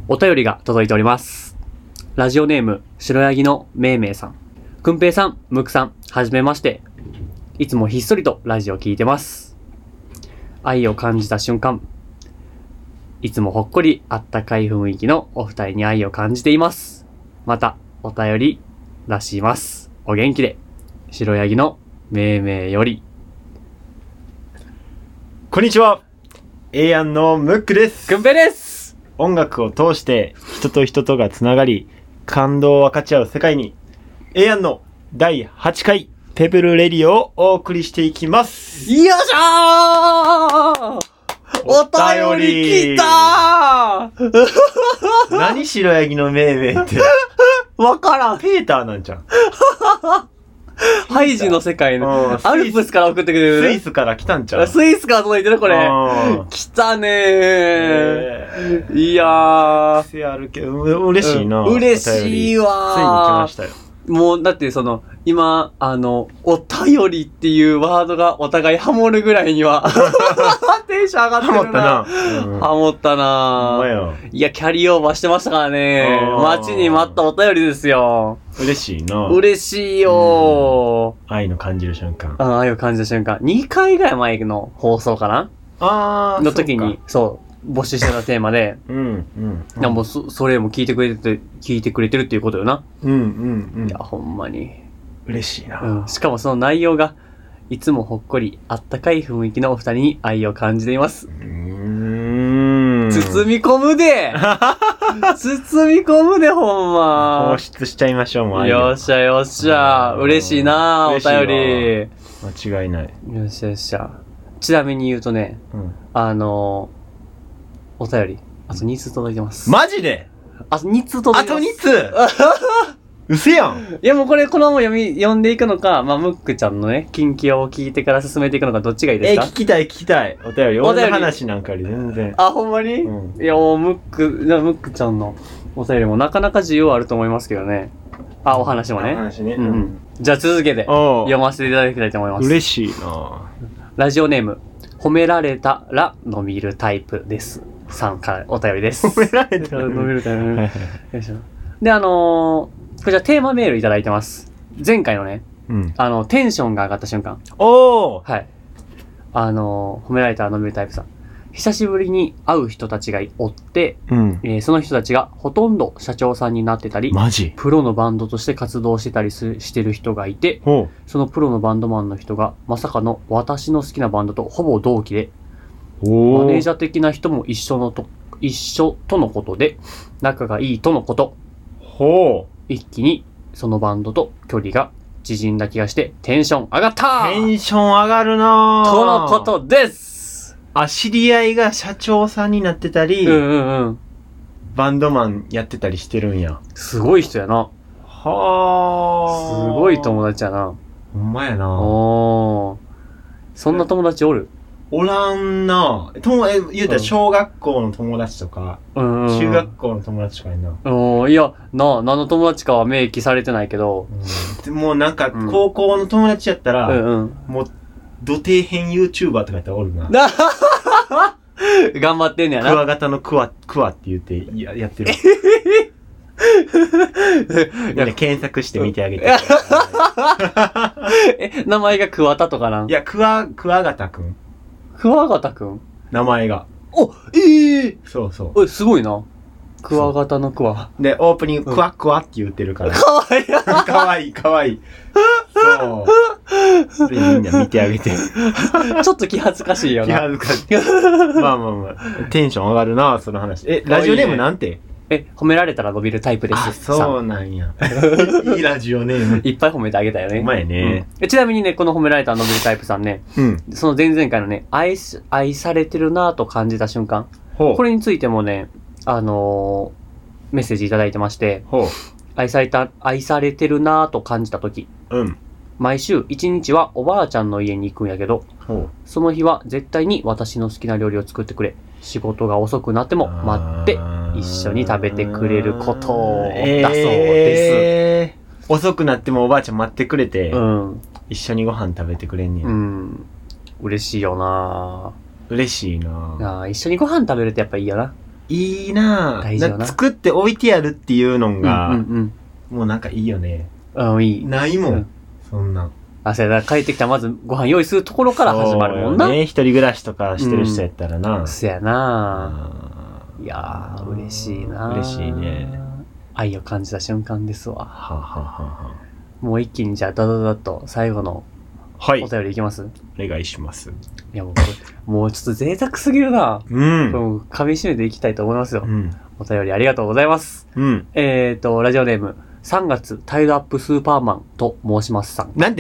お便りが届いております。ラジオネーム、白ヤギのめいめいさん。くんぺいさん、むくさん、はじめまして。いつもひっそりとラジオ聞いてます。愛を感じた瞬間。いつもほっこりあったかい雰囲気のお二人に愛を感じています。また、お便り出します。お元気で。白ヤギのめいめいより。 こんにちは。エイアンのムックです。 くんぺいです。 音楽を通して人と人とがつながり、感動を分かち合う世界に、エイアンの第8回ペブルレディオをお送りしていきます。 よいしょー、お便り来たー何白ヤギのめいめいって。 わからん。 ペーターなんちゃう。 ハイジの世界のアルプスから送ってくれる。 スイスから来たんちゃう。 スイスから届いてるこれ。来たねー。いやー。 癖あるけど、嬉しいな。 嬉しいわー。 ついに来ましたよ。 もう、だって今、お便りっていうワードがお互いハモるぐらいには、テンション上がってるな。 ハモったな。 ハモったな。いや、キャリーオーバーしてましたからね。待ちに待ったお便りですよ。 嬉しいな。 嬉しいよー。 愛の感じる瞬間。 愛を感じる瞬間。2回ぐらい前の放送かなの時に、そう、募集してたテーマで、でもそれも聞いてくれてるっていうことよな。いや、ほんまに。 嬉しいな。 しかもその内容が、いつもほっこり、あったかい雰囲気のお二人に愛を感じています。包み込むで包み込むで、ほんま。 放出しちゃいましょう、もう。 よっしゃよっしゃ。嬉しいな、お便り。 間違いない。 よっしゃよっしゃ。ちなみに言うとね、お便り、あと2通届いてます。 マジで？ あと2通届いてます。 あと2通うせやん。 いやもうこれこのまま読んでいくのか、まあムックちゃんのね、近況を聞いてから進めていくのか、どっちがいいですか？ 聞きたい。お便り。俺の話なんかより全然。 あ、ほんまに？いやもうムックちゃんのお便りもなかなか需要あると思いますけどね。お話もね。 お話ね。 じゃあ続けて読ませていただきたいと思います。 嬉しいな。 ラジオネーム、褒められたら伸びるタイプです。さんからお便りです。 褒められたら伸びるタイプ。よいしょ。で、こちらテーマメールいただいてます。前回のね、テンションが上がった瞬間。はい。褒められたら伸びるタイプさん。久しぶりに会う人たちがおって、その人たちがほとんど社長さんになってたり、プロのバンドとして活動してたりしてる人がいて、そのプロのバンドマンの人がまさかの私の好きなバンドとほぼ同期で、マネージャー的な人も一緒とのことで、仲がいいとのこと。一気にそのバンドと距離が縮んだ気がしてテンション上がった！ テンション上がるなぁ。 とのことです。 知り合いが社長さんになってたり、バンドマンやってたりしてるんや。 すごい人やな。すごい友達やな。 ほんまやな。 そんな友達おる？ おらんな。言うたら小学校の友達とか、中学校の友達とかやな。 いや、何の友達かは明記されてないけど。 もうなんか、高校の友達やったら、もう、土底辺 YouTuber とかやったらおるな。 頑張ってんねやな。 クワガタのクワって言って、やってる。みんな検索して見てあげて。 名前がクワタとかなん？ いや、クワガタくん。 クワガタくん？ 名前が。そうそう。 すごいな。クワガタのクワ。 で、オープニング、クワクワって言ってるから。 かわいい。 かわいい、かわいい。そう。で、みんな見てあげて。 ちょっと気恥ずかしいよな。 気恥ずかしい。まあ。テンション上がるな、その話。ラジオネームなんて？ 褒められたら伸びるタイプです。 そうなんや。いいラジオネーム。 いっぱい褒めてあげたよね。 うまいね。 ちなみにね、この褒められたら伸びるタイプさんね、その前々回のね、愛されてるなぁと感じた瞬間。これについてもね、メッセージいただいてまして、愛されてるなぁと感じたとき、毎週1日はおばあちゃんの家に行くんやけど、その日は絶対に私の好きな料理を作ってくれ。仕事が遅くなっても待って一緒に食べてくれることだそうです。 遅くなってもおばあちゃん待ってくれて、一緒にご飯食べてくれんねや。 嬉しいよな。 嬉しいな。 一緒にご飯食べるってやっぱいいよな。 いいな大事よな。 作って置いてやるっていうのが、もうなんかいいよね。 いい。 ないもん、そんな。 そうやな、帰ってきたらまずご飯用意するところから始まるもんな。 ね、一人暮らしとかしてる人やったらな。 そうやな。いやー、嬉しいな。 嬉しいね。 愛を感じた瞬間ですわ。 はははもう一気にじゃあダダダッと最後のお便りいきます？ お願いします。 いやもうちょっと贅沢すぎるな。噛み締めていきたいと思いますよ。お便りありがとうございます。ラジオネーム、3月タイドアップスーパーマンと申しますさん。 なんて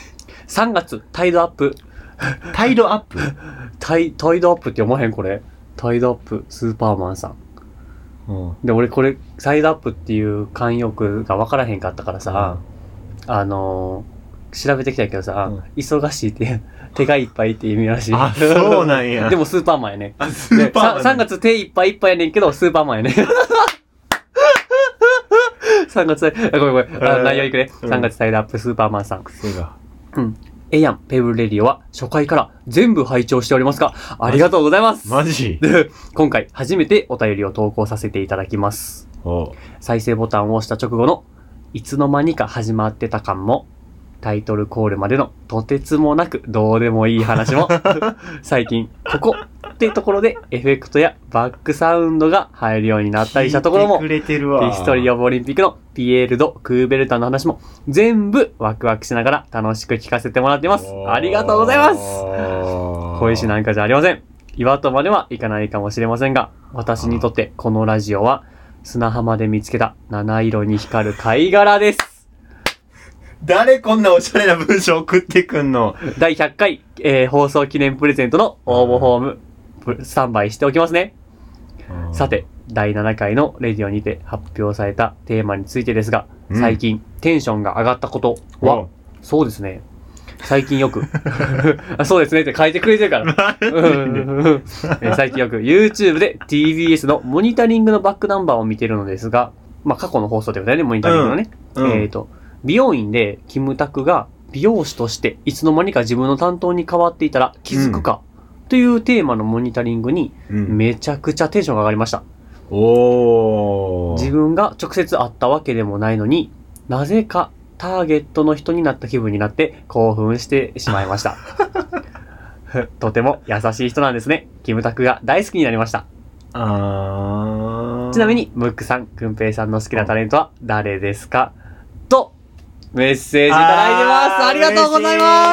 ?3 月タイドアップ。 タイドアップタイドアップって読まへんこれ。タイドアップスーパーマンさん。で、俺これ、タイドアップっていう慣用句が分からへんかったからさ、調べてきたけどさ、忙しいって手がいっぱいって意味らしい。 あ、そうなんや。 でもスーパーマンやね。3月手いっぱいいっぱいやねんけど、スーパーマンやね。3月、ごめん。内容いくね。3月タイドアップスーパーマンさん。ええやん、ペブルレディオは初回から全部拝聴しておりますが、ありがとうございます。 マジ今回初めてお便りを投稿させていただきます。再生ボタンを押した直後のいつの間にか始まってた感も、タイトルコールまでのとてつもなくどうでもいい話も、最近ここってところでエフェクトやバックサウンドが入るようになったりしたところも、ヒストリーオブオリンピックのピエール・ド・クーベルタンの話も全部ワクワクしながら楽しく聞かせてもらっています。ありがとうございます。小石なんかじゃありません。岩戸まではいかないかもしれませんが、私にとってこのラジオは砂浜で見つけた七色に光る貝殻です。 誰こんなおしゃれな文章送ってくんの？ 第100回、放送記念プレゼントの応募フォーム、スタンバイしておきますね。さて、第7回のレディオにて発表されたテーマについてですが、最近テンションが上がったことは、そうですね。最近よくそうですねって書いてくれてるから最近よく YouTube で TBS のモニタリングのバックナンバーを見てるのですが、まあ過去の放送ということでね、モニタリングのね、美容院でキムタクが美容師としていつの間にか自分の担当に変わっていたら気づくか、というテーマのモニタリングにめちゃくちゃテンションが上がりました。自分が直接会ったわけでもないのに、なぜかターゲットの人になった気分になって興奮してしまいました。とても優しい人なんですね。キムタクが大好きになりました。ちなみにムックさん、クンペイさんの好きなタレントは誰ですか？とメッセージいただいてます。ありがとうございます。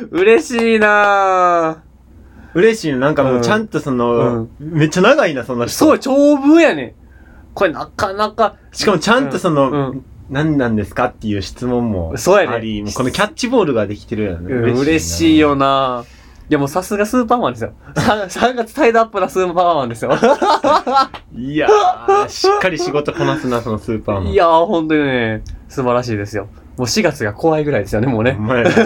嬉しいなぁ。 嬉しいの。なんかもうちゃんとその、めっちゃ長いな、その人。 そう、長文やねん。これなかなか。 しかもちゃんとその、何なんですかっていう質問もあり、このキャッチボールができてるよね。 嬉しいよなぁ。いやもうさすがスーパーマンですよ。3月タイドアップなスーパーマンですよ。 いやー、しっかり仕事こなすな、そのスーパーマン。 いやー、ほんとにね、素晴らしいですよ。もう4月が怖いぐらいですよね、もうね。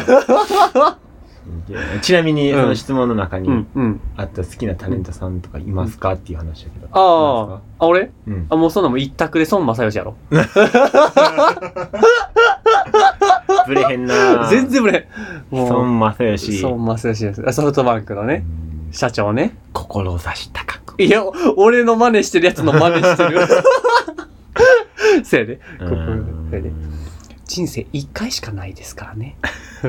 ちなみに、その質問の中に、あった好きなタレントさんとかいますかっていう話だけど。 俺もうそんなもん一択で孫正義やろ。 ブレへんな全然ブレへん。 孫正義。 孫正義です。ソフトバンクのね、社長ね。 志高く。 いや、俺の真似してるやつの真似してる。せやで。人生一回しかないですからね。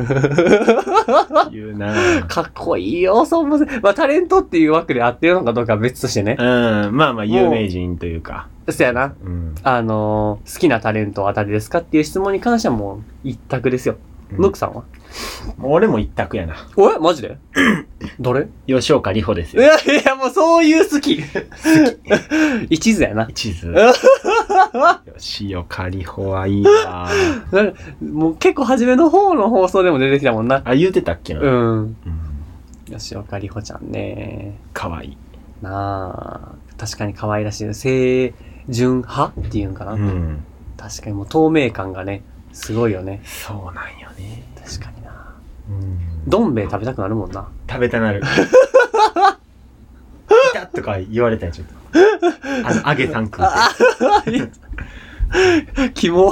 言うなかっこいいよ、そうません。まあ、タレントっていう枠で合ってるのかどうかは別としてね。 まあ有名人というか。 そやな。好きなタレントは誰ですかっていう質問に関してはもう一択ですよ。ムックさんは？ 俺も一択やな。 マジで？誰？ 吉岡里帆ですよ。 いや、もうそういう好き。一途やな。 一途。吉岡里帆はいいわ。 もう結構初めの方の放送でも出てきたもんな。 言うてたっけな。 吉岡里帆ちゃんね。 かわいい。 なあ、確かに可愛らしい。清純派っていうんかな。確かにもう透明感がね、すごいよね。 そうなんよね。 確かにな。どん兵衛食べたくなるもんな。 食べたなる。いたとか言われたよ、ちょっと。揚げさん食うて。キモ。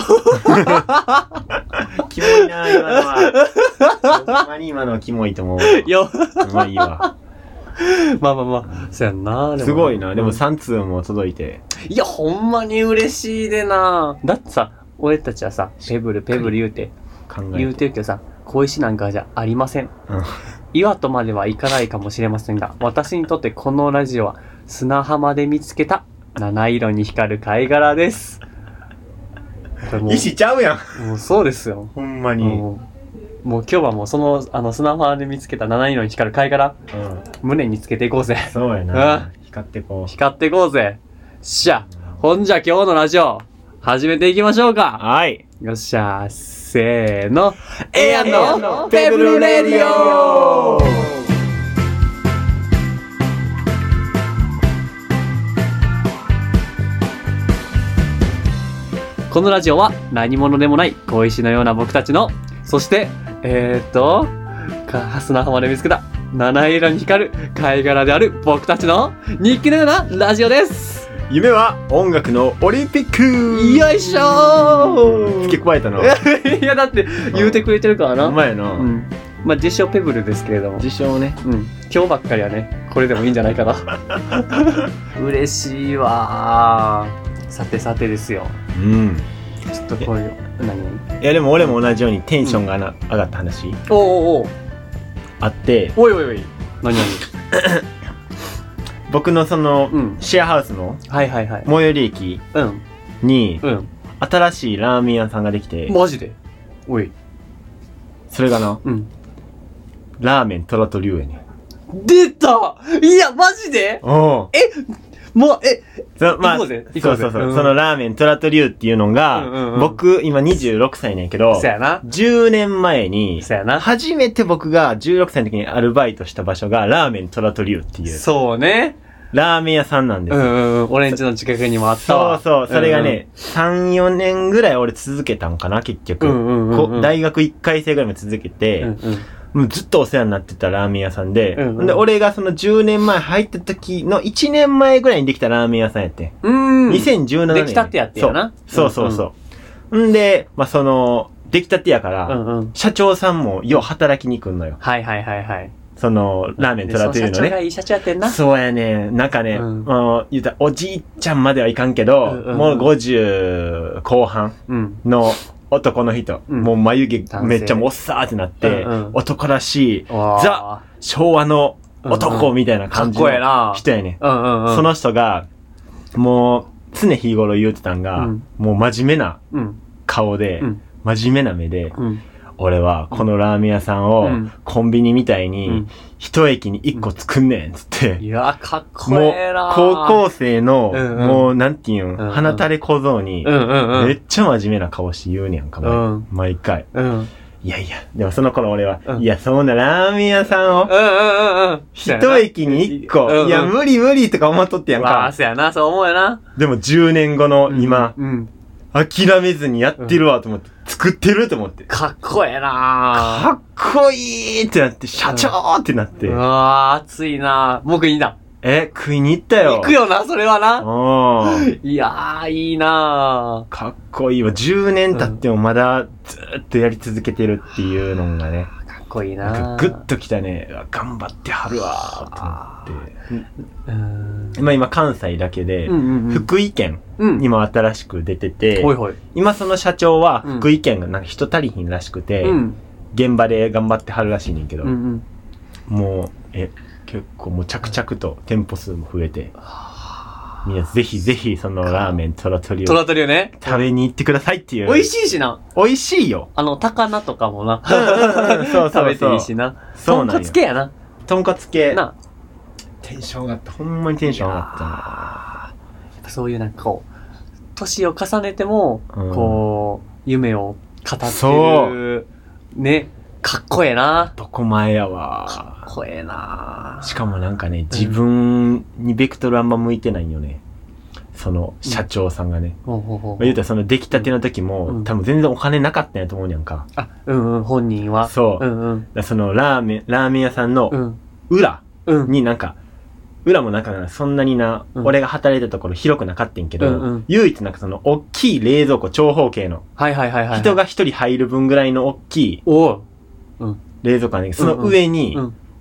キモいな、今のは。ほんまに今のはキモいと思う。 よ。 まあいいわ。 まあまあまあ、そうやんな。 すごいな。でも3通も届いて。 いや、ほんまに嬉しいでな。だってさ、俺たちはさ、ペブル言うてるけどさ、小石なんかじゃありません。岩戸までは行かないかもしれませんが、私にとってこのラジオは砂浜で見つけた七色に光る貝殻です。 これもう石ちゃうやん。もうそうですよ。 ほんまに。 もう今日はもうその砂浜で見つけた七色に光る貝殻、胸につけていこうぜ。 そうやな。光ってこう。 光っていこうぜ。しゃ、ほんじゃ今日のラジオ始めていきましょうか。 はい。 よっしゃ、せーの。エアンのペブルレディオ。このラジオは何者でもない小石のような僕たちの、そして砂浜で見つけた七色に光る貝殻である僕たちの日記のようなラジオです。 夢は音楽のオリンピック。 よいしょー。 付け加えたの。 いやだって言うてくれてるからな。 うまいな。 まあ自称ペブルですけれども。 自称ね。 今日ばっかりはね、これでもいいんじゃないかな。嬉しいわー。さてさてですよ。ちょっとこういういやでも俺も同じようにテンションが上がった話。あって。 おい何僕のそのシェアハウスの最寄り駅に新しいラーメン屋さんができて。 マジで？おい。 それがな、ラーメントラトリュウやね。 出た！いやマジで？もうまあ、そうそのラーメントラトリュウっていうのが、僕今26歳ねんけど、10年前に、初めて僕が16歳の時にアルバイトした場所がラーメントラトリュウっていう。 そうね。 ラーメン屋さんなんですよ。 オレンジの近くにもあったわ。 そう、それがね、3、4年ぐらい俺続けたんかな、結局。大学1回生ぐらいまで続けて、もうずっとお世話になってたラーメン屋さんで、で、俺がその10年前入った時の1年前ぐらいにできたラーメン屋さんやって。2017年。 できたてやってやな。 そう。んで、まあ、その、できたてやから、社長さんもよう働きに来んのよ。その、ラーメントラというのね。 社長がいい社長やってんな。 そうやね。なんかね、言うたらおじいちゃんまではいかんけど、もう50後半の、男の人、もう眉毛めっちゃもっさーってなって、男らしい、ザ・昭和の男みたいな感じの人やね。その人が、もう常日頃言うてたんが、もう真面目な顔で、真面目な目で、俺はこのラーメン屋さんをコンビニみたいに一駅に一個作んねんつって。 いや、かっこええな。 高校生の、もうなんていうん、鼻垂れ小僧に、めっちゃ真面目な顔して言うねやんか、毎回。いやいや、でもその頃俺は、いや、そんなラーメン屋さんを、一駅に一個、いや、無理とか思っとってやんか。 そうやな、そう思うよな。 でも10年後の今、諦めずにやってるわと思って、作ってると思って。 かっこええなかっこいいってなって、社長ってなって。 うわー、熱いな僕いいな。 食いに行ったよ。 行くよな、それはな。いやー、いいなかっこいいわ。10年経ってもまだずーっとやり続けてるっていうのがね。 かっこいいなグッときたね。頑張ってはるわーと思って。今関西だけで、福井県にも新しく出てて、今その社長は福井県がなんか人足りひんらしくて、現場で頑張ってはるらしいねんけど、もう、結構もう着々と店舗数も増えて、みんなぜひぜひそのラーメントラトリュウね。 食べに行ってくださいっていう。 美味しいしな。 美味しいよ。 高菜とかもな。 そう食べていいしな。とんかつ系やな。 とんかつ系。テンション上がった。ほんまにテンション上がったな。 やっぱそういうなんかこう、年を重ねても、こう、夢を語ってる、ね。かっこええな。 男前やわ。 かっこええな。 しかもなんかね、自分にベクトルあんま向いてないんよね。その社長さんがね。言うたらその出来たての時も、多分全然お金なかったんやと思うにゃんか。 本人は。 そう。そのラーメン屋さんの裏になんか、裏もなんかそんなにな、俺が働いたところ広くなかったんけど、唯一なんかその大きい冷蔵庫長方形の、人が一人入る分ぐらいの大きい、冷蔵庫なんだけど、その上に、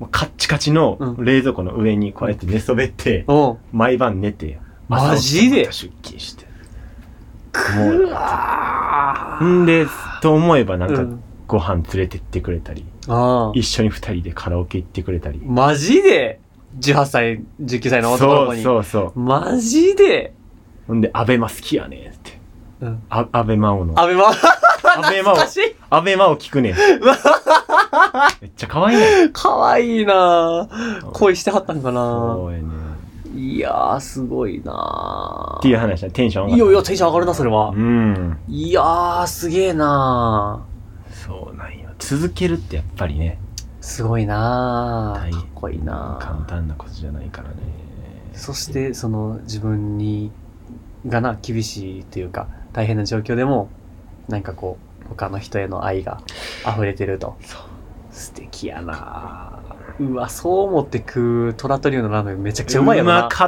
カッチカチの冷蔵庫の上にこうやって寝そべって、毎晩寝て、 マジで出勤して。くわー。んで、と思えばなんか、ご飯連れてってくれたり、一緒に二人でカラオケ行ってくれたり。 マジで ?18 歳、19歳の男の子に。 そう。 マジでほんで、アベマ好きやねんって。アベマオの。 アベマオ聞くねん。めっちゃ可愛いね。 可愛いなぁ。恋してはったんかなそうやね。 いやー、すごいなぁ。 っていう話だ。テンション上がる。 いや、テンション上がるな、それは。いやー、すげえなぁ。そうなんよ。続けるってやっぱりね。 すごいなぁ。かっこいいなぁ。 簡単なことじゃないからね。 そして、その、自分が厳しいというか、大変な状況でも、なんかこう、他の人への愛が溢れてると。そう。素敵やなぁ。うわ、そう思って食うトラトリウのラーメンめちゃくちゃうまいやろな。 うまかった。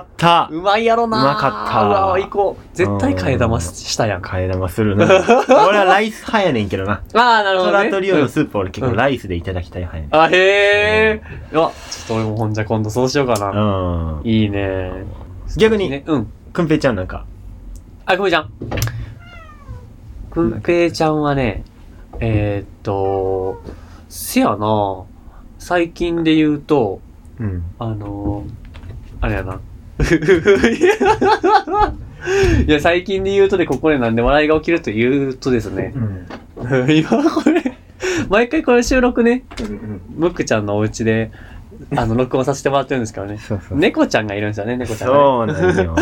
うまいやろなぁ。 うまかった。 うわ、行こう。絶対替え玉したやん。 替え玉するな。俺はライス派やねんけどな。 ああ、なるほど、ね。 トラトリウのスープ俺結構ライスでいただきたい派やねん。 あ、へえ。うわ、ちょっと俺もほんじゃ今度そうしようかな。いいね。 逆に、くんぺいちゃんなんか。 あ、くんぺいちゃん。くんぺいちゃんはね、せやな最近で言うと、あれやな。いや、最近で言うとで、ここでなんで笑いが起きると言うとですね、今これ、毎回これ収録ね、むくちゃんのお家で、録音させてもらってるんですけどね。猫ちゃんがいるんですよね、猫ちゃんが、 そうなんよ。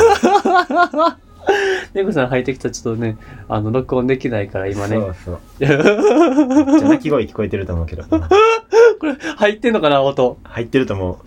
猫さん入ってきたらちょっとね、録音できないから今ね。 そう。じゃ鳴き声聞こえてると思うけど。 これ、入ってんのかな、音。 入ってると思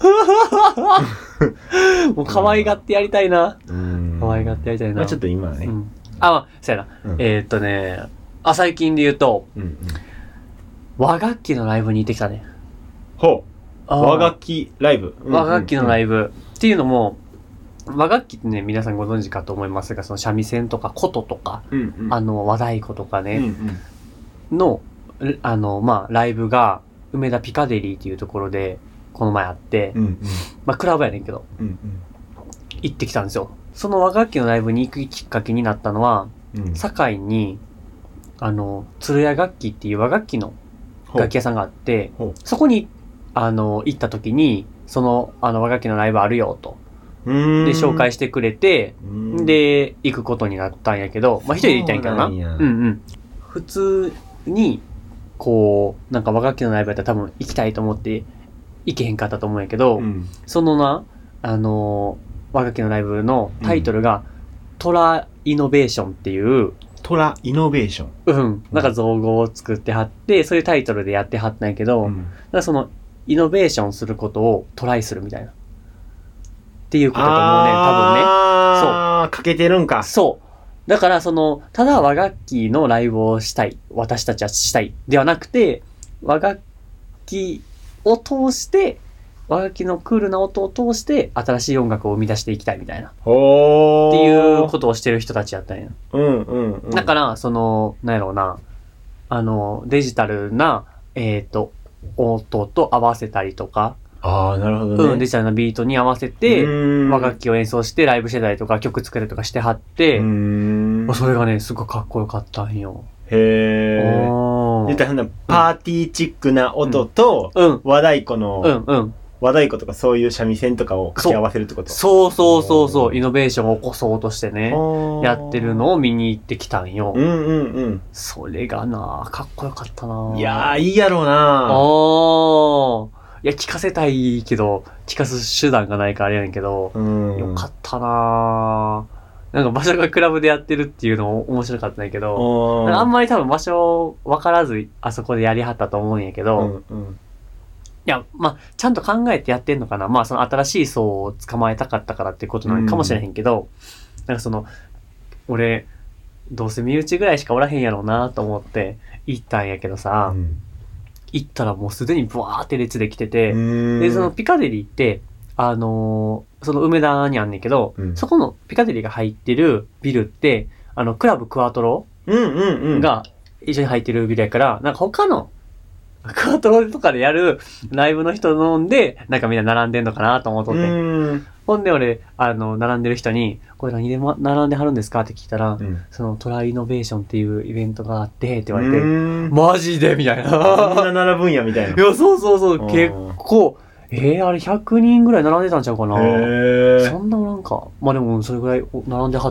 う。もう可愛がってやりたいな。可愛がってやりたいな。 まあちょっと今はね。 そうやな。最近で言うと、和楽器のライブに行ってきたね。 ほう。和楽器ライブ。 和楽器のライブ。っていうのも、和楽器ってね、皆さんご存知かと思いますが、その三味線とか琴とか、和太鼓とかね、の、ライブが、梅田ピカデリーっていうところで、この前あって、クラブやねんけど、行ってきたんですよ。その和楽器のライブに行くきっかけになったのは、堺に、鶴屋楽器っていう和楽器の楽器屋さんがあって、そこに、行った時に、その、和楽器のライブあるよ、と。で、紹介してくれて、で、行くことになったんやけど、一人で行ったんやけどな。普通に、こう、なんか和楽器のライブやったら多分行きたいと思って行けへんかったと思うんやけど、そのな、和楽器のライブのタイトルが、トライノベーションっていう、 トライノベーションなんか造語を作ってはって、そういうタイトルでやってはったんやけど、だからその、イノベーションすることをトライするみたいな。っていうことだと思うね、多分ね。 そう。かけてるんか。 そう。だから、ただ和楽器のライブをしたい。私たちはしたい。ではなくて、和楽器を通して、和楽器のクールな音を通して、新しい音楽を生み出していきたいみたいな。っていうことをしてる人たちやったんや。だから、なんやろうな、デジタルな、音と合わせたりとか、 なるほどね。 デジタルなビートに合わせて、和楽器を演奏してライブしてたりとか曲作ったりとかしてはって、それがね、すごくかっこよかったんよ。 へー。言ったらパーティーチックな音と、和太鼓の、和太鼓とかそういう三味線とかを掛け合わせるってこと？ そう。イノベーションを起こそうとしてね、やってるのを見に行ってきたんよ。それがな、かっこよかったな。 いやー、いいやろうな。 いや、聞かせたいけど、聞かす手段がないからあれやねんけど、よかったなぁ。なんか場所がクラブでやってるっていうのも面白かったんやけど、あんまり多分場所分からずあそこでやりはったと思うんやけど、いや、ちゃんと考えてやってんのかな。その新しい層を捕まえたかったからってことなのかもしれへんけど、なんか俺、どうせ身内ぐらいしかおらへんやろうなと思って行ったんやけどさ、行ったらもうすでにブワーって列で来てて、で、そのピカデリーって、その梅田にあんねんけど、そこのピカデリーが入ってるビルって、クラブクワトロが一緒に入ってるビルやから、なんか他の、 クワトロとかでやるライブの人飲んで、なんかみんな並んでんのかなと思っとって。ほんで俺、並んでる人に、これ何で並んではるんですかって聞いたら、そのトライイノベーションっていうイベントがあって、って言われて、マジでみたいな。 みんな並ぶんや、みたいな。 いや、そうそうそう、結構、あれ100人ぐらい並んでたんちゃうかな。そんななんか、まあでもそれぐらい並んではって、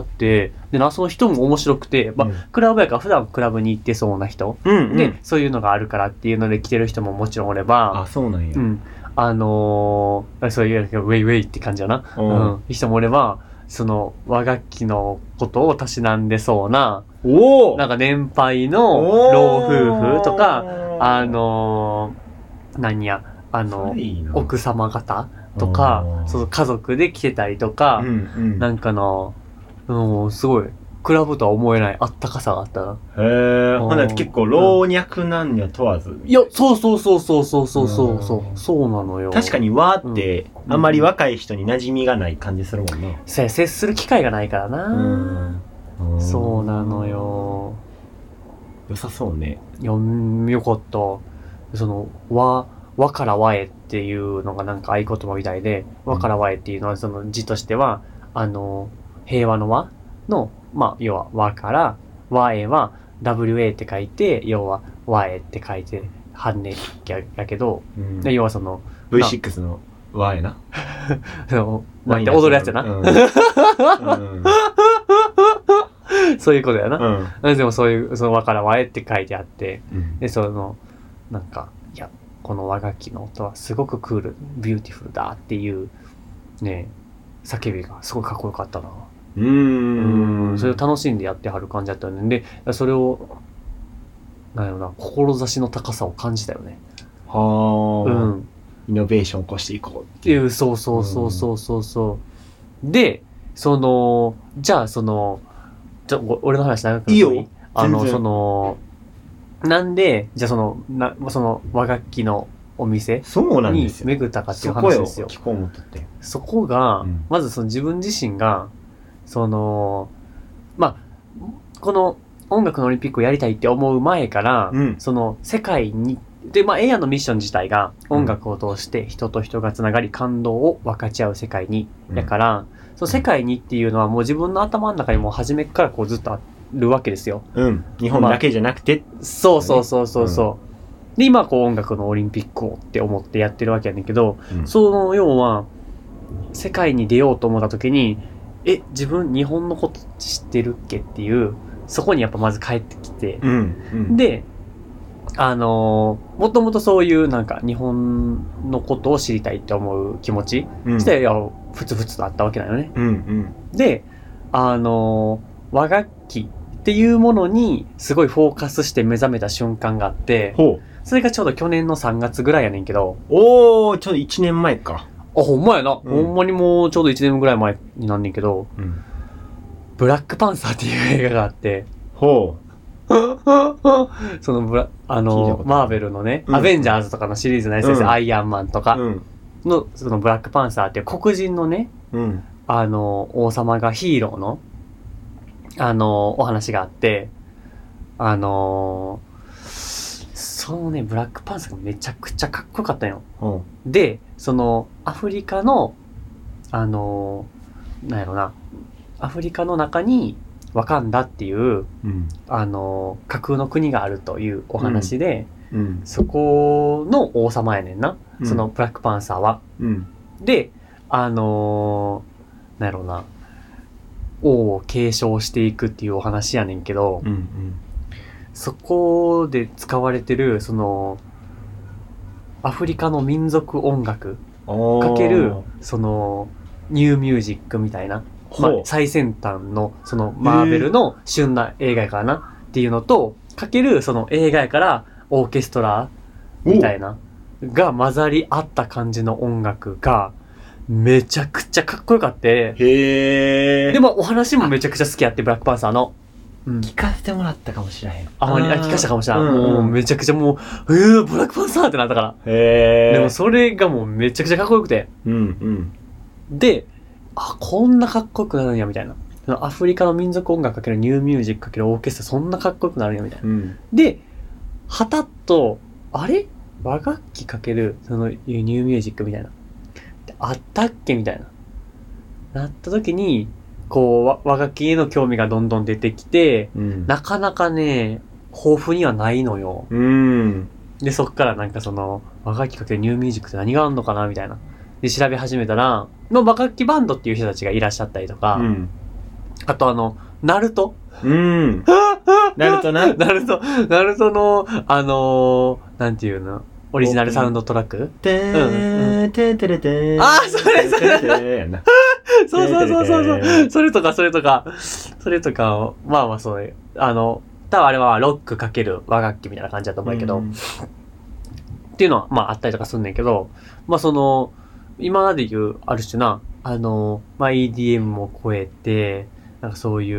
でその人も面白くて、まあ、クラブやから普段クラブに行ってそうな人、で、そういうのがあるからっていうので来てる人ももちろんおれば、 あ、そうなんや。 そういうウェイウェイって感じやな。人もおれば、その和楽器のことをたしなんでそうな、なんか年配の老夫婦とか、奥様方とか、その家族で来てたりとか、なんかすごい、クラブとは思えないあったかさがあったな。 へえ、ほんなら結構老若男女問わず。 いや、そうなのよ。 確かに和って、あんまり若い人に馴染みがない感じするもんね。 接する機会がないからな。そうなのよ。 良さそうね。 よかった。その、和から和へっていうのがなんか合言葉みたいで、和から和へっていうのはその字としては、平和の和の、まあ、要は和から和へは WA って書いて、要は和へって書いて、半音やけど、要はその、 V6 の和へな。 なんて踊るやつやな。そういうことやな。でもそういう、その和から和へって書いてあって、で、なんか、いや、この和楽器の音はすごくクール、ビューティフルだっていうね、叫びがすごいかっこよかったな。それを楽しんでやってはる感じだったよね。で、それを、なんやろな、志の高さを感じたよね。 はあ。イノベーション起こしていこうっていう。そう。で、じゃあ俺の話長くなる。 いいよ。 なんで、じゃあその和楽器のお店に巡ったかっていう話ですよ。そこが、まず自分自身が、まあ、この音楽のオリンピックをやりたいって思う前から、世界に、で、まあ、エイヤのミッション自体が音楽を通して人と人がつながり感動を分かち合う世界に、だから、その世界にっていうのはもう自分の頭の中にも初めからこうずっとあるわけですよ。 日本だけじゃなくて。 そう。で、今こう音楽のオリンピックをって思ってやってるわけやねんけど、要は、世界に出ようと思った時に、自分日本のこと知ってるっけっていう、そこにやっぱまず帰ってきて、で、もともとそういうなんか日本のことを知りたいって思う気持ち自体はふつふつとあったわけだよね。で、和楽器っていうものにすごいフォーカスして目覚めた瞬間があって、それがちょうど去年の3月ぐらいやねんけど。 ちょうど1年前か。 ほんまやな。ほんまにもうちょうど1年ぐらい前になんねんけど、ブラックパンサーっていう映画があって、そのマーベルのね、アベンジャーズとかのシリーズのやつですよ、アイアンマンとかの、そのブラックパンサーっていう黒人のね、王様がヒーローの、お話があって、そのね、ブラックパンサーがめちゃくちゃかっこよかったんよ。で、アフリカの、なんやろな、アフリカの中に、ワカンダっていう、架空の国があるというお話で、そこの王様やねんな。そのブラックパンサーは。で、なんやろな、王を継承していくっていうお話やねんけど、そこで使われてる、アフリカの民族音楽かける、ニューミュージックみたいな、最先端の、マーベルの旬な映画やからなっていうのと、かける、映画やからオーケストラみたいな、が混ざり合った感じの音楽が、めちゃくちゃかっこよかって。でもお話もめちゃくちゃ好きやって、ブラックパンサーの。 聞かせてもらったかもしれへん。 聞かしたかもしれん。もうめちゃくちゃもう、ブラックパンサーってなったから。でもそれがもうめちゃくちゃかっこよくて。で、こんなかっこよくなるんや、みたいな。アフリカの民族音楽かけるニューミュージックかけるオーケストラ、そんなかっこよくなるんや、みたいな。で、はたっと、あれ和楽器かける、その、ニューミュージックみたいな。あったっけみたいな。なった時に、こう、和楽器への興味がどんどん出てきて、なかなかね、豊富にはないのよ。で、そっからなんかその、和楽器かけるニューミュージックって何があんのかなみたいな。で、調べ始めたら、和楽器バンドっていう人たちがいらっしゃったりとか、あとナルトナルトな。 ナルトの、なんていうのオリジナルサウンドトラックああ、それそう。それとか、まあまあそういう、多分あれはロックかける和楽器みたいな感じだと思うけど、っていうのは、まああったりとかすんねんけど、まあその、今まで言う、ある種な、まあ EDM も超えて、なんかそういう、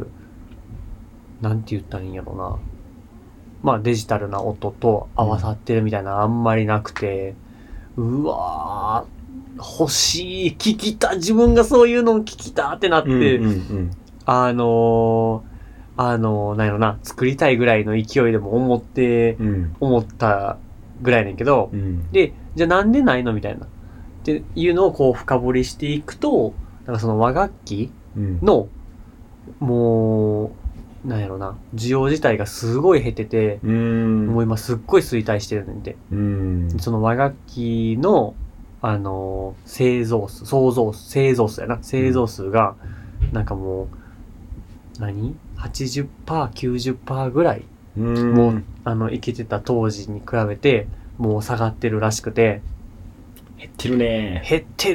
なんて言ったらいいんやろうな。まあデジタルな音と合わさってるみたいなあんまりなくて、うわー、欲しい、聞きた、自分がそういうのを聞きたってなって、なんやろな、作りたいぐらいの勢いでも思ったぐらいねんけど、で、じゃあなんでないのみたいな。っていうのをこう深掘りしていくと、なんかその和楽器の、もう、なんやろな、需要自体がすごい減ってて、もう今すっごい衰退してるねんて。その和楽器の、製造数が、なんかもう、80%、90% ぐらい、もう、生きてた当時に比べて、もう下がってるらしくて、 減ってるね。 減って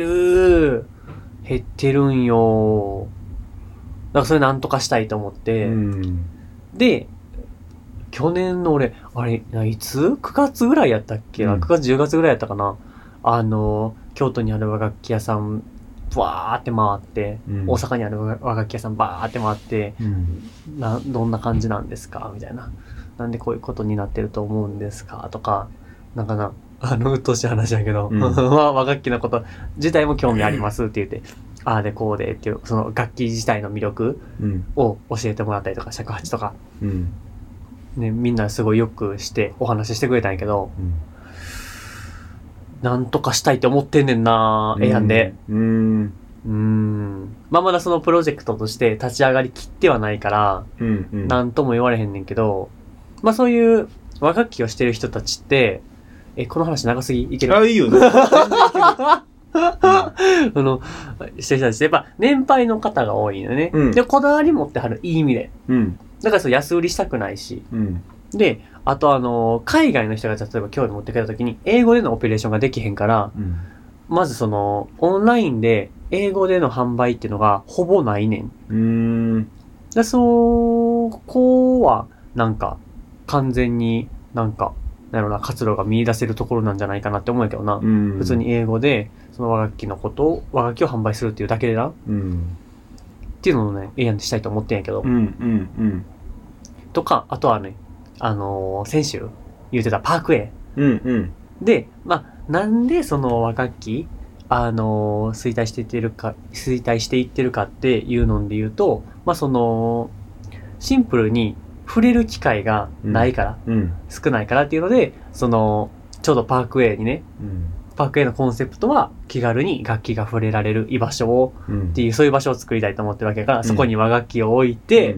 るんよ。だからそれなんとかしたいと思って、で、去年の俺、あれ、いつ ?9 月ぐらいやったっけな、9月10月ぐらいやったかな。京都にある和楽器屋さん、バーって回って、大阪にある和楽器屋さんバーって回って、どんな感じなんですかみたいな。なんでこういうことになってると思うんですかとか、なんかな、うっとうしい話だけど、和楽器のこと自体も興味ありますって言って、ああでこうでっていう、その楽器自体の魅力を教えてもらったりとか、尺八とか、ね、みんなすごいよくしてお話ししてくれたんやけど、なんとかしたいって思ってんねんなええやんで。まあまだそのプロジェクトとして立ち上がりきってはないから、なんとも言われへんねんけど、まあそういう和楽器をしてる人たちって、この話長すぎいける？ あ、いいよ。全然いける。 してる人たちってやっぱ年配の方が多いのね。で、こだわり持ってはる、いい意味で。だから安売りしたくないし。で、あと海外の人が例えば興味持ってくれた時に、英語でのオペレーションができへんから、まずオンラインで英語での販売っていうのがほぼないねん。で、そこは、なんか、完全になんか、なんやろな、活路が見出せるところなんじゃないかなって思うんやけどな。普通に英語で、その和楽器を販売するっていうだけでな。っていうのをね、ええやんしたいと思ってんやけど。とか、あとはね、先週言ってたパーク A。で、まあ、なんでその和楽器、衰退していってるかっていうので言うと、まあ、シンプルに触れる機会がないから、少ないからっていうので、ちょうどパーク A にね、パーク A のコンセプトは気軽に楽器が触れられる居場所を、っていう、そういう場所を作りたいと思ってるわけだから、そこに和楽器を置いて、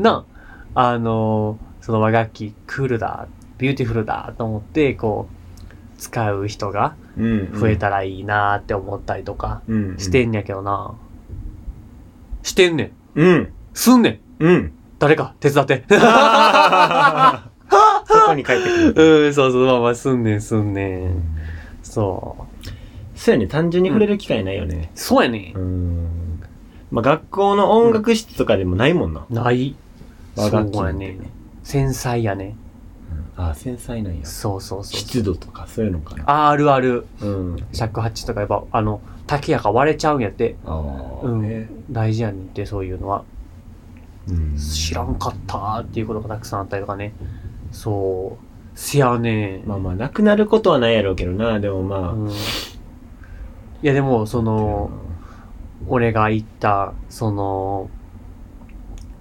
その和楽器クールだ、ビューティフルだと思って、こう、使う人が増えたらいいなって思ったりとかしてんやけどな。してんねん。すんねん。誰か手伝って。そこに帰ってくる。 そうそう、まあすんねん。そうやね、単純に触れる機会ないよね。 そうやね。 まあ学校の音楽室とかでもないもんな。 ない。そうやね。繊細やね。 繊細なんや。 そう。 湿度とかそういうのかな。 ある。尺八とかやっぱ、竹やから割れちゃうんやって。大事やねんって、そういうのは。知らんかったーっていうことがたくさんあったりとかね。そう。せやね。 まあ、なくなることはないやろうけどな、でもまあ。 いやでも、俺が行った、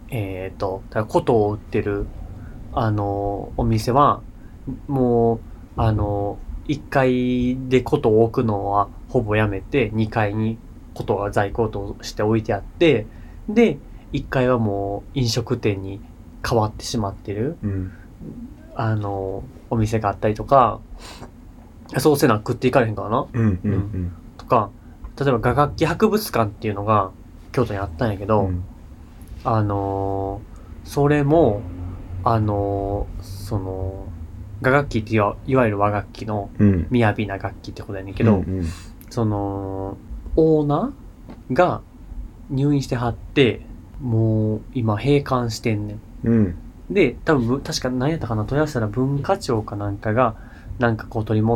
琴を売ってる、お店は、もう、 1階で琴を置くのはほぼやめて、2階に琴が在庫として置いてあって、で、1階はもう飲食店に変わってしまってる、お店があったりとか、そうせな食っていかれへんからな。とか、例えば雅楽器博物館っていうのが京都にあったんやけど、それも、雅楽器っていわゆる和楽器の雅な楽器ってことやねんけど、オーナーが入院してはって、もう今閉館してんねん。で、多分、確か何やったかな、問い合わせたら文化庁かなんかが、なんかこう取り持って、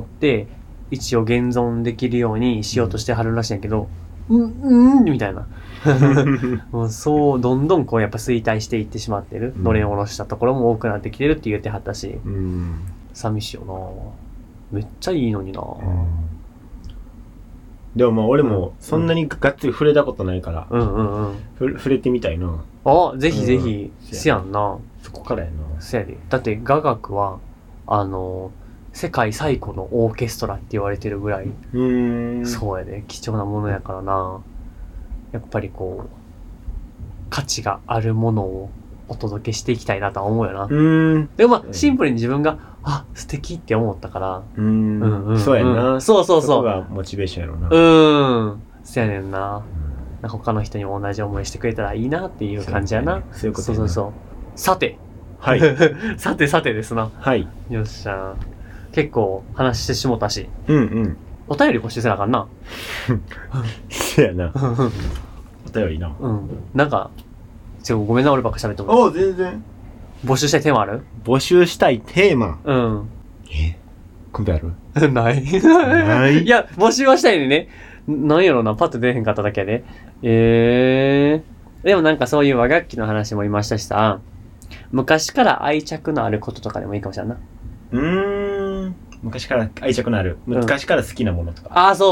一応現存できるようにしようとしてはるらしいんやけど、みたいな。もうそう、どんどんこうやっぱ衰退していってしまってる。のれんを下ろしたところも多くなってきてるって言ってはったし、寂しいよな。めっちゃいいのにな。 でもまあ俺もそんなにがっつり触れたことないから、触れてみたいな。 あ、ぜひぜひ、せやんな。 そこからやな。 せやで。だって雅楽は、世界最古のオーケストラって言われてるぐらい、そうやで、貴重なものやからな。やっぱりこう、価値があるものをお届けしていきたいなとは思うよな。でもまあ、シンプルに自分が、素敵って思ったから。 そうやな。 そう。そこがモチベーションやろな。そうやねんな。他の人にも同じ思いしてくれたらいいなっていう感じやな。 そういうことやな。 そう。さて。 はい。 さてですな。 はい。 よっしゃ。結構話してしもたし。お便り募集せなあかんな。 そうやな。お便りな。 なんか、ごめんな、俺ばっか喋っても。 全然。 募集したいテーマある？ 募集したいテーマ。今度やる？ ない。 ないいや、募集はしたいね。なんやろな、パッと出へんかっただけで。でもなんかそういう和楽器の話もいましたしさ、昔から愛着のあることとかでもいいかもしれんな。 昔から愛着のある。昔から好きなものとか。 そう。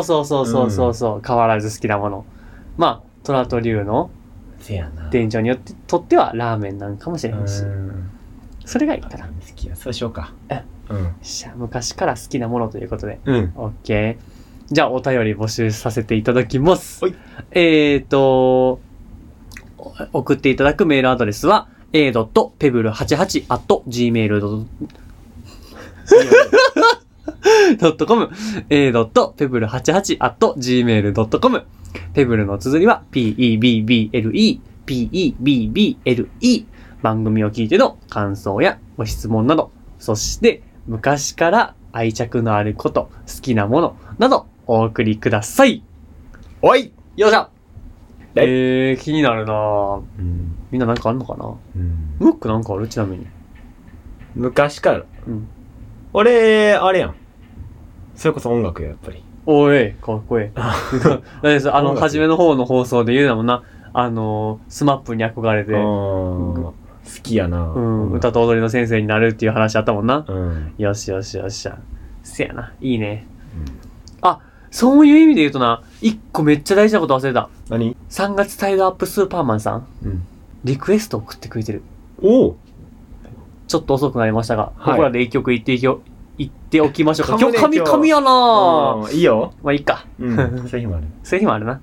変わらず好きなもの。まあ、トラト流の店長によってとってはラーメンなんかもしれんし。それがいいかな。 好きや。そうしようか。 昔から好きなものということで。オッケー。じゃあお便り募集させていただきます。送っていただくメールアドレスは a.pebble88@gmail.com a.pebble88@gmail.com ペブルの綴りは PEBBLE 番組を聞いての感想やご質問など、そして昔から愛着のあること、好きなものなどお送りください。 おいよっしゃ。気になるなぁ。みんななんかあんのかな？ムックなんかある？ちなみに。 昔から。俺、あれやん。それこそ音楽や、やっぱり。 おい、かっこいい。初めの方の放送で言うのもな、スマップに憧れて。 好きやな。 歌と踊りの先生になるっていう話あったもんな。よし。せやな。いいね。そういう意味で言うとな、一個めっちゃ大事なこと忘れた。 何？ 3 月タイドアップスーパーマンさん。リクエスト送ってくれてる。 ちょっと遅くなりましたが、ここらで一曲言っておきましょうか。今日神やなぁ。 いいよ。 まあいいか。 そういう日もある。 そういう日もあるな。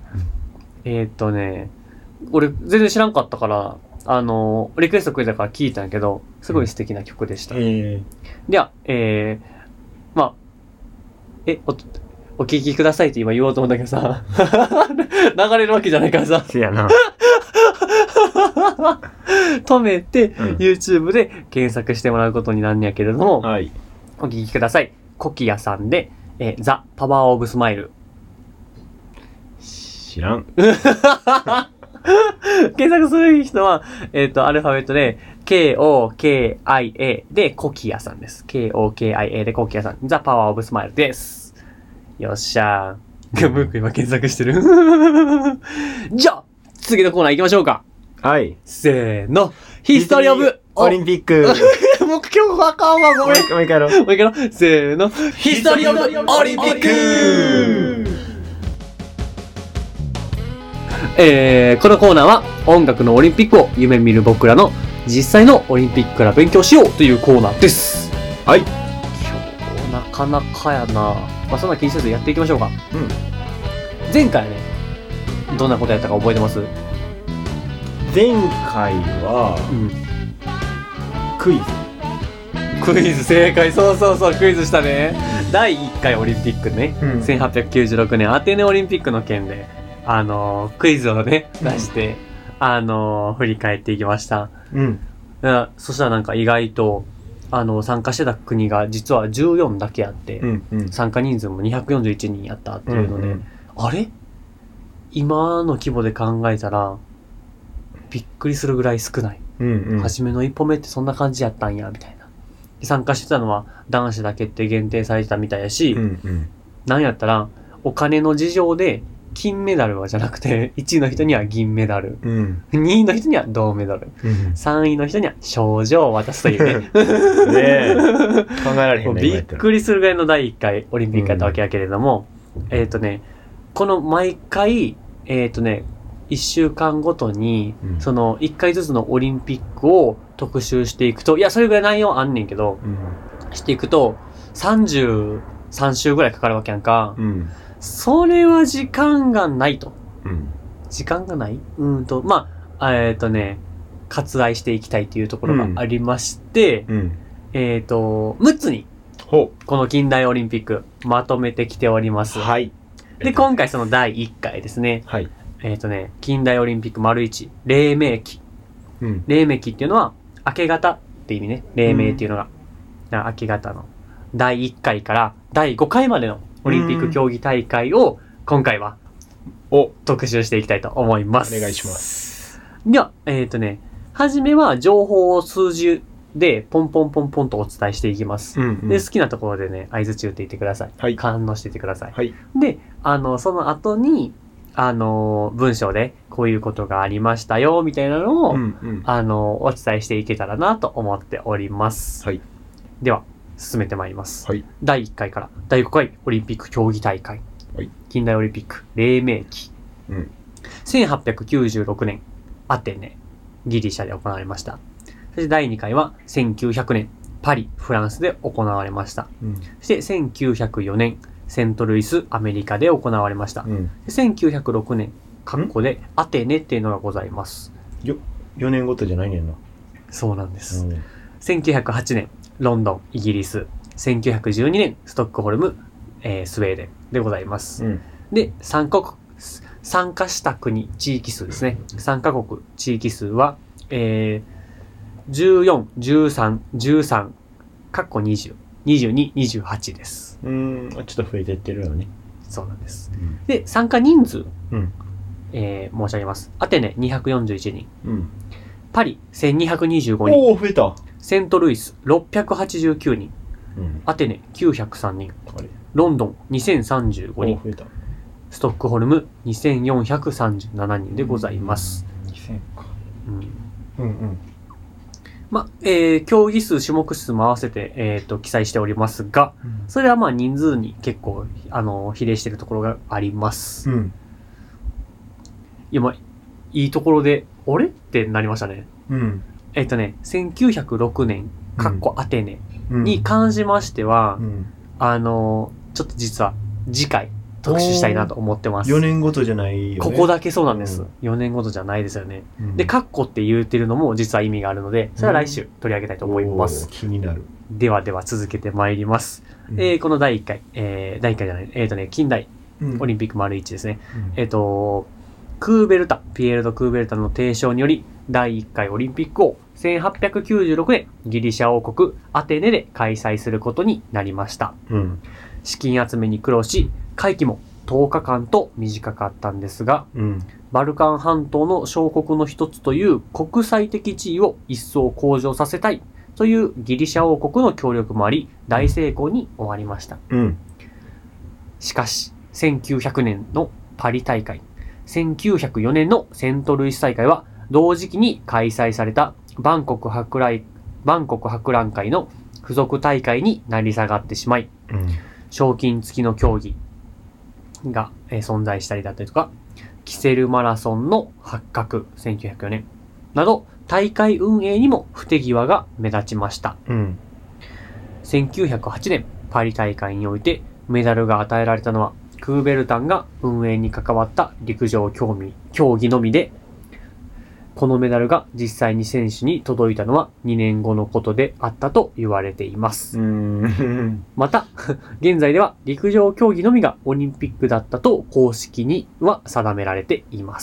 俺全然知らんかったから、リクエストくれたから聞いたんやけど、すごい素敵な曲でした。では、お聴きくださいって今言おうと思ったけどさ、流れるわけじゃないからさ。 せやな。 止めて、YouTube で検索してもらうことになるんやけれども、お聴きください。コキヤさんで、ザ・パワーオブスマイル。 知らん。 検索する人は、アルファベットで、KOKIA でコキヤさんです。KOKIA でコキヤさん。ザ・パワーオブスマイルです。よっしゃー。ムーク今検索してる。じゃあ、次のコーナー行きましょうか。 はい。 せーの。ヒストリーオブオリンピック。 目標があかんわ、ごめん。 もう一回やろう。 せーの。ヒストリーオブオリンピック。このコーナーは音楽のオリンピックを夢見る僕らの実際のオリンピックから勉強しようというコーナーです。 はい。 今日なかなかやな。まあそんな気にせずやっていきましょうか。 うん。 前回ね、どんなことやったか覚えてます？ 前回は、クイズ正解。そうそうそう、クイズしたね。第1回オリンピックね、1896年アテネオリンピックの件で、クイズをね、出して、振り返っていきました。そしたらなんか意外と、参加してた国が実は14だけあって、参加人数も241人やったっていうので、あれ今の規模で考えたら、びっくりするぐらい少ない。初めの一歩目ってそんな感じやったんや、みたいな。参加してたのは男子だけって限定されてたみたいやし、なんやったら、お金の事情で、金メダルはじゃなくて、1位の人には銀メダル、2位の人には銅メダル、3位の人には賞状を渡すというね。 考えられへんね。 びっくりするぐらいの第1回オリンピックやったわけやけれども、この毎回、1週間ごとに、その1回ずつのオリンピックを特集していくと、いや、それぐらい内容あんねんけど、していくと、33週ぐらいかかるわけやんか。それは時間がないと。時間がないまあ、割愛していきたいというところがありまして、6つに、この近代オリンピック、まとめてきております。 はい。 で、今回その第1回ですね。 はい。 近代オリンピック丸1、黎明期。黎明期っていうのは、明け方って意味ね。黎明っていうのが。明け方の第1回から第5回までのオリンピック競技大会を今回は特集していきたいと思います。 お願いします。 では、はじめは情報を数字でポンポンポンポンとお伝えしていきます。で、好きなところでね、相槌打っていってください。はい。反応していってください。はい。で、その後に、文章でこういうことがありましたよ、みたいなのを、お伝えしていけたらなと思っております。はい。では、進めてまいります。はい。第1回から第5回オリンピック競技大会。はい。近代オリンピック黎明期。1896年、アテネ、ギリシャで行われました。そして第2回は1900年、パリ、フランスで行われました。そして1904年、セントルイス、アメリカで行われました。1906年、括弧でアテネっていうのがございます。 4年ごとじゃないねんな。 そうなんです。1908年、ロンドン、イギリス。1912年、ストックホルム、スウェーデンでございます。で、参加した国、地域数ですね。参加国、地域数は、14、13、13、括弧20、22、28です。 ちょっと増えてってるよね。 そうなんです。で、参加人数、申し上げます。アテネ241人。パリ1225人。 おー、増えた。 セントルイス689人。アテネ903人。ロンドン2035人。 増えた。 ストックホルム2437人でございます。 2000か。 競技数、種目数も合わせて、記載しておりますが、それはまあ人数に結構、比例しているところがあります。いや、いいところで、俺ってなりましたね。1906年、アテネに関しましては、ちょっと実は次回特集したいなと思ってます。 4年ごとじゃないよね。 ここだけそうなんです。4年ごとじゃないですよね。で、って言うてるのも実は意味があるので、それは来週取り上げたいと思います。 気になる。 では続けてまいります。この第1回、第1回じゃない、近代オリンピック丸1ですね。クーベルタ、ピエール・ド・クーベルタの提唱により、第1回オリンピックを1896年、ギリシャ王国アテネで開催することになりました。資金集めに苦労し、会期も10日間と短かったんですが、バルカン半島の小国の一つという国際的地位を一層向上させたいというギリシャ王国の協力もあり、大成功に終わりました。しかし、1900年のパリ大会、1904年のセントルイス大会は同時期に開催されたバンコク博覧会の付属大会になり下がってしまい、賞金付きの競技が存在したりだったりとか、キセルマラソンの発覚、1904年など大会運営にも不手際が目立ちました。1908年パリ大会においてメダルが与えられたのは、クーベルタンが運営に関わった陸上競技のみで、このメダルが実際に選手に届いたのは2年後のことであったと言われています。また、現在では陸上競技のみがオリンピックだったと公式には定められています。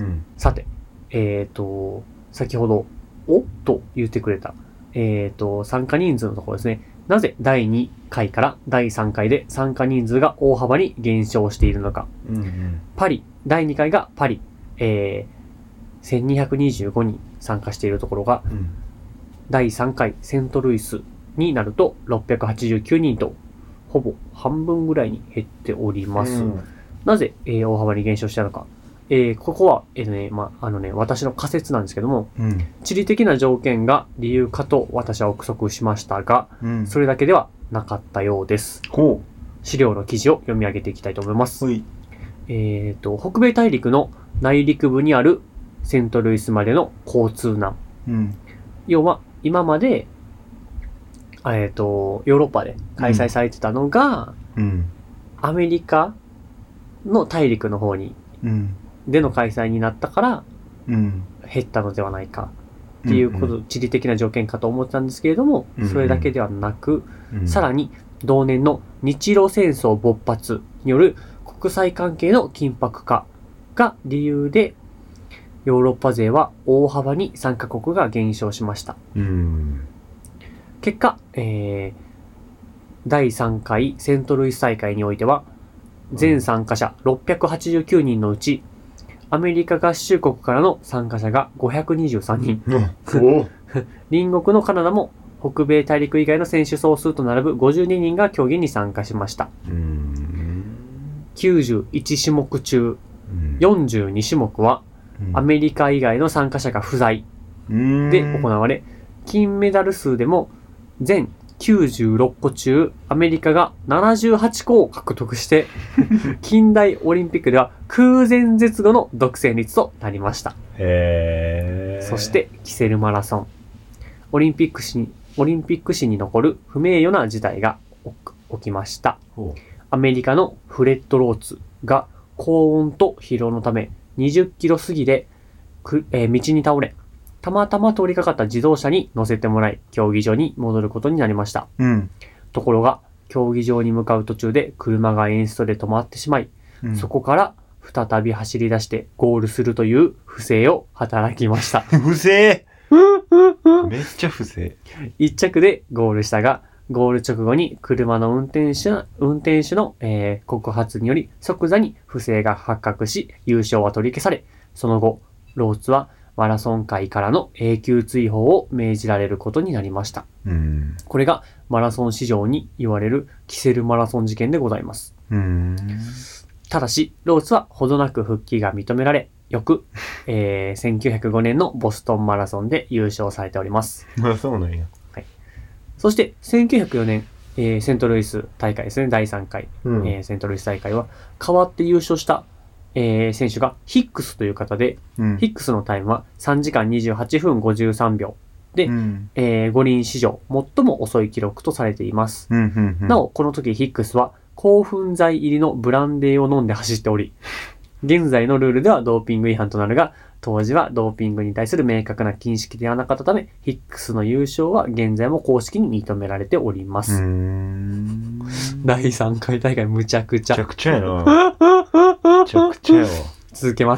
さて、先ほど、と言ってくれた、参加人数のところですね。なぜ第2回から第3回で参加人数が大幅に減少しているのか。第2回がパリ、1225人参加しているところが、第3回セントルイスになると689人と、ほぼ半分ぐらいに減っております。なぜ、大幅に減少したのか。ここは、私の仮説なんですけども、地理的な条件が理由かと私は憶測しましたが、それだけではなかったようです。資料の記事を読み上げていきたいと思います。北米大陸の内陸部にあるセントルイスまでの交通難。要は、今まで、ヨーロッパで開催されてたのが、アメリカの大陸の方に、での開催になったから、減ったのではないかっていうこと、地理的な条件かと思ってたんですけれども、それだけではなく、さらに同年の日露戦争勃発による国際関係の緊迫化が理由で、ヨーロッパ勢は大幅に参加国が減少しました。結果、第3回セントルイス大会においては、全参加者689人のうち、アメリカ合衆国からの参加者が523人。隣国のカナダも北米大陸以外の選手総数と並ぶ52人が競技に参加しました。91種目中42種目はアメリカ以外の参加者が不在で行われ、金メダル数でも全96個中、アメリカが78個を獲得して、近代オリンピックでは空前絶後の独占率となりました。そして、キセルマラソン。オリンピック史に残る不名誉な事態が起きました。アメリカのフレッド・ローツが高温と疲労のため20キロ過ぎで、道に倒れ、たまたま通りかかった自動車に乗せてもらい、競技場に戻ることになりました。ところが、競技場に向かう途中で車がエンストで止まってしまい、そこから再び走り出してゴールするという不正を働きました。 不正めっちゃ不正。 一着でゴールしたが、ゴール直後に車の運転手の、告発により即座に不正が発覚し、優勝は取り消され、その後、ローツはマラソン界からの永久追放を命じられることになりました。これがマラソン史上に言われるキセルマラソン事件でございます。ただし、ローツはほどなく復帰が認められ、翌、1905年のボストンマラソンで優勝されております。 そうなんや。 はい。そして、1904年、セントルイス大会ですね、第3回、セントルイス大会は、代わって優勝した、選手がヒックスという方で、ヒックスのタイムは3時間28分53秒で、五輪史上最も遅い記録とされています。なお、この時ヒックスは興奮剤入りのブランデーを飲んで走っており、現在のルールではドーピング違反となるが、当時はドーピングに対する明確な禁止ではなかったため、ヒックスの優勝は現在も公式に認められております。第3回大会むちゃくちゃ。 むちゃくちゃやな。むちゃくちゃやわ。 続けます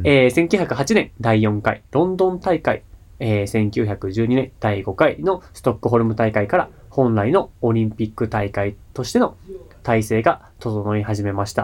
。1908年第4回ロンドン大会、1912年第5回のストックホルム大会から本来のオリンピック大会としての体制が整い始めました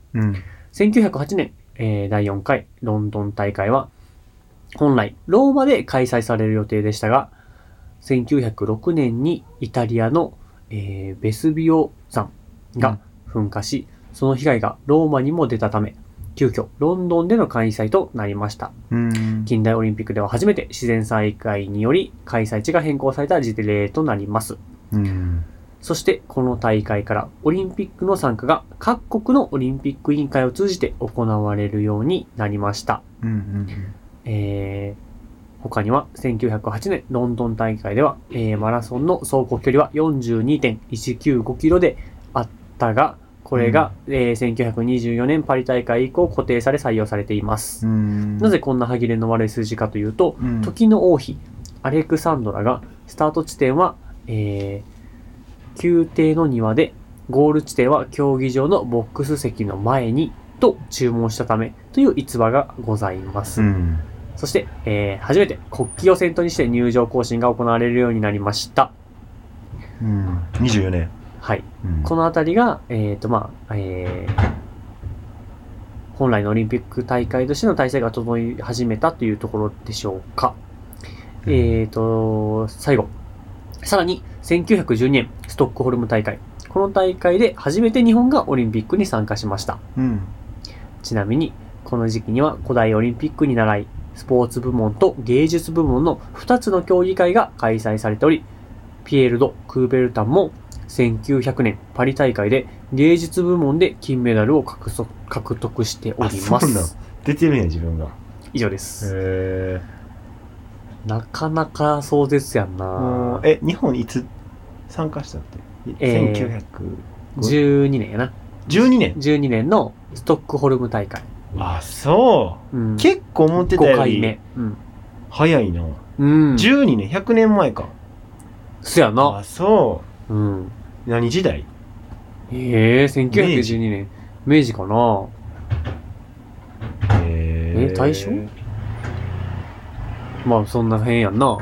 。1908年、第4回ロンドン大会は本来ローマで開催される予定でしたが、1906年にイタリアの、ベスビオ山が噴火し、その被害がローマにも出たため、急遽ロンドンでの開催となりました。近代オリンピックでは初めて自然災害により開催地が変更された事例となります。そしてこの大会からオリンピックの参加が各国のオリンピック委員会を通じて行われるようになりました。 他には1908年ロンドン大会では、マラソンの走行距離は 42.195 キロであったが、これが、1924年パリ大会以降固定され採用されています。なぜこんな歯切れの悪い数字かというと、時の王妃アレクサンドラがスタート地点は、宮廷の庭で、ゴール地点は競技場のボックス席の前にと注文したためという逸話がございます。そして、初めて国旗を先頭にして入場行進が行われるようになりました。 24年。 はい。このあたりが、本来のオリンピック大会としての体制が整い始めたというところでしょうか。最後。さらに、1912年、ストックホルム大会。この大会で初めて日本がオリンピックに参加しました。ちなみに、この時期には古代オリンピックに倣い、スポーツ部門と芸術部門の2つの競技会が開催されており、ピエール・ド・クーベルタンも1900年パリ大会で芸術部門で金メダルを獲得しております。 出てるんや、自分が。 以上です。なかなか壮絶やんな。 日本いつ参加したって、 1912年やな。12年のストックホルム大会。 あ、そう。結構思ってたより5回目。早いな。12年、100年前か。 そやな。 あ、そう。何時代 ？1912年。明治かな。大正？まあ、そんな辺やんな。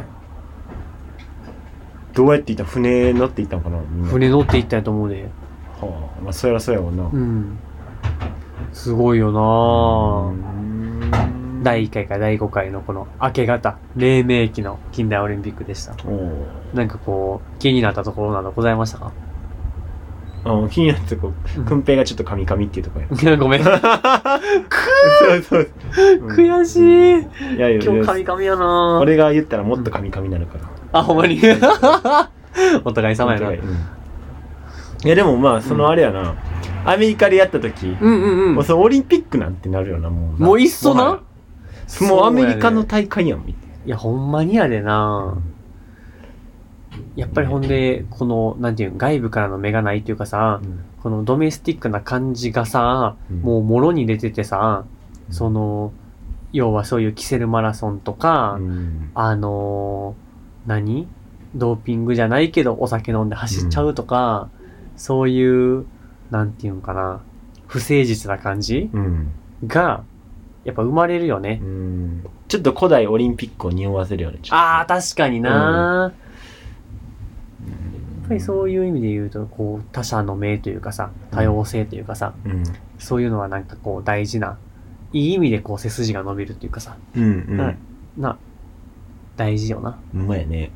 どうやって行った？船乗って行ったのかな？ 船乗って行ったんやと思うで。 はあ、まあ、そりゃそうやもんな。 すごいよな。第1回から第5回のこの明け方、黎明期の近代オリンピックでした。なんかこう、気になったところなどございましたか？ 気になったとこ、くんぺいがちょっとカミカミっていうとこや。 ごめん。悔しい。今日カミカミやな。 俺が言ったらもっとカミカミになるから。 あ、ほんまに。お互い様やな。 いやでもまあ、そのあれやな。アメリカでやった時、もうそのオリンピックなんてなるよな、もう。 もういっそな。 もうアメリカの大会やん、みたいな。 いや、ほんまにやでな。やっぱりほんで、この、なんていうの、外部からの目がないっていうかさ、このドメスティックな感じがさ、もうもろに出ててさ、その、要はそういうキセルマラソンとか、何？ドーピングじゃないけどお酒飲んで走っちゃうとか、そういう、なんていうんかな、不誠実な感じ、が、やっぱ生まれるよね。 ちょっと古代オリンピックを匂わせるよね。 ああ、確かにな、やっぱりそういう意味で言うと、こう、他者の目というかさ、多様性というかさ、そういうのはなんかこう大事な、いい意味でこう背筋が伸びるっていうかさ、大事よな。 うまいね。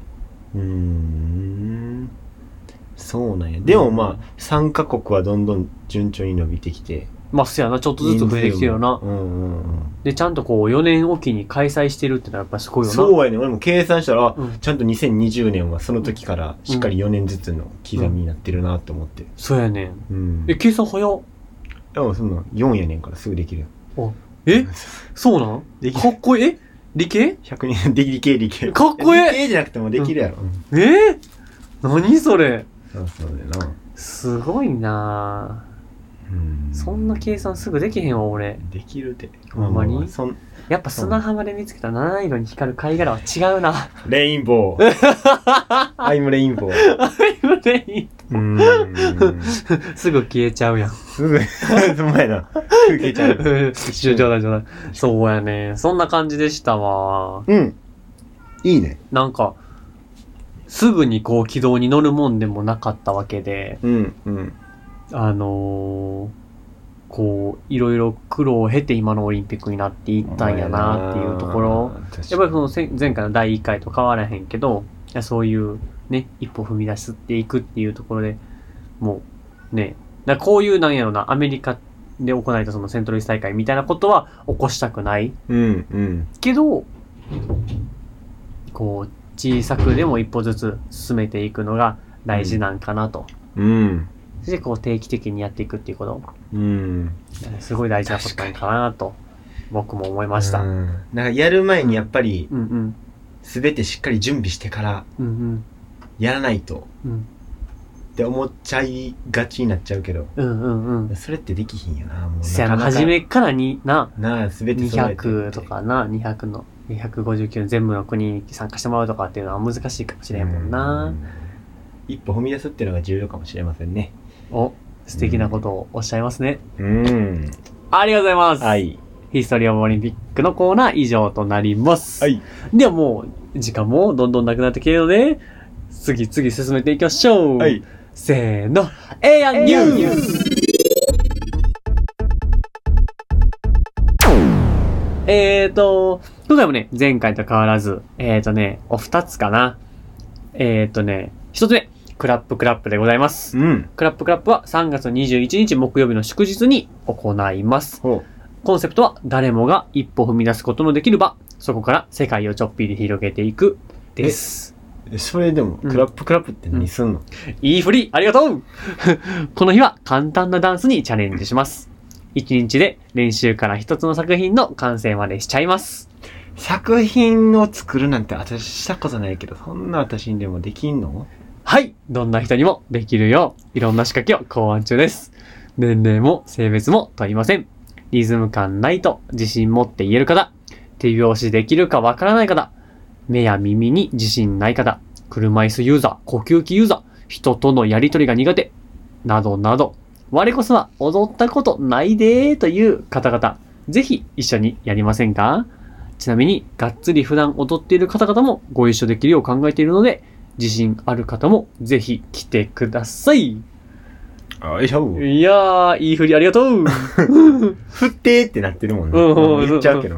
そうなんや。でもまあ、3カ国はどんどん順調に伸びてきて。 まあ、そうやな。ちょっとずつ増えてきてるよな。で、ちゃんとこう、4年おきに開催してるってのはやっぱすごいよな。 そうやね。俺も計算したら、ちゃんと2020年はその時からしっかり4年ずつの刻みになってるなと思って。 そうやねん。計算早っ。 いや、そんな、4やねんからすぐできるよ。 そうなん？かっこいい。理系 ?100 年、理系。 かっこいい。 理系じゃなくてもできるやろ。 何それ。 そうだよな。 すごいなぁ。そんな計算すぐできへんわ、俺。 できるて。 ほんまに？やっぱ砂浜で見つけた七色に光る貝殻は違うな。 レインボー。アイムレインボー。 アイムレインボー。すぐ消えちゃうやん。 すぐ、そんまやな。すぐ消えちゃう。 冗談。そうやね。そんな感じでしたわ。 いいね。 なんか、すぐにこう軌道に乗るもんでもなかったわけで、こう、いろいろ苦労を経て今のオリンピックになっていったんやなっていうところ、やっぱりその前回の第1回と変わらへんけど、そういうね、一歩踏み出していくっていうところでもうね、こういうなんやろな、アメリカで行われたそのセントルイス大会みたいなことは起こしたくない。けど、こう、小さくでも一歩ずつ進めていくのが大事なんかなと。そしてこう定期的にやっていくっていうこと。すごい大事なことなんかなと、僕も思いました。 なんかやる前にやっぱり、 すべてしっかり準備してから、やらないと、って思っちゃいがちになっちゃうけど、それってできひんよな、もうせやな、初めからすべて 200とかな、200の、259の全部の国に参加してもらうとかっていうのは難しいかもしれんもんな。 一歩踏み出すっていうのが重要かもしれませんね。 素敵なことをおっしゃいますね。ありがとうございます。 はい。 ヒストリーオブオリンピックのコーナー以上となります。 はい。 ではもう、時間もどんどんなくなってきているので、次進めていきましょう。 はい。 せーの。ニュース今回もね、前回と変わらず、お二つかな。一つ目、クラップでございます。クラップは3月21日木曜日の祝日に行います。コンセプトは誰もが一歩踏み出すことのできる場。そこから世界をちょっぴり広げていく。です。 それでも、クラップって何すんの？ いい振りありがとうこの日は簡単なダンスにチャレンジします。1日で練習から一つの作品の完成までしちゃいます。 作品を作るなんて私したことないけど、そんな私にでもできんの？ はい。どんな人にもできるよう、いろんな仕掛けを考案中です。年齢も性別も問いません。リズム感ないと自信持って言える方、手拍子できるかわからない方、目や耳に自信ない方、車椅子ユーザー、呼吸器ユーザー、人とのやりとりが苦手、などなど、我こそは踊ったことないでーという方々、ぜひ一緒にやりませんか？ちなみに、がっつり普段踊っている方々もご一緒できるよう考えているので、自信ある方もぜひ来てください。 よいしょ。 いやー、いい振りありがとう。 振ってってなってるもんね。言っちゃうけど。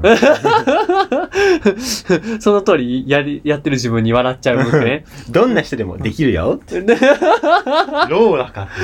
その通りやってる自分に笑っちゃう僕ね。 どんな人でもできるよって。ローラか。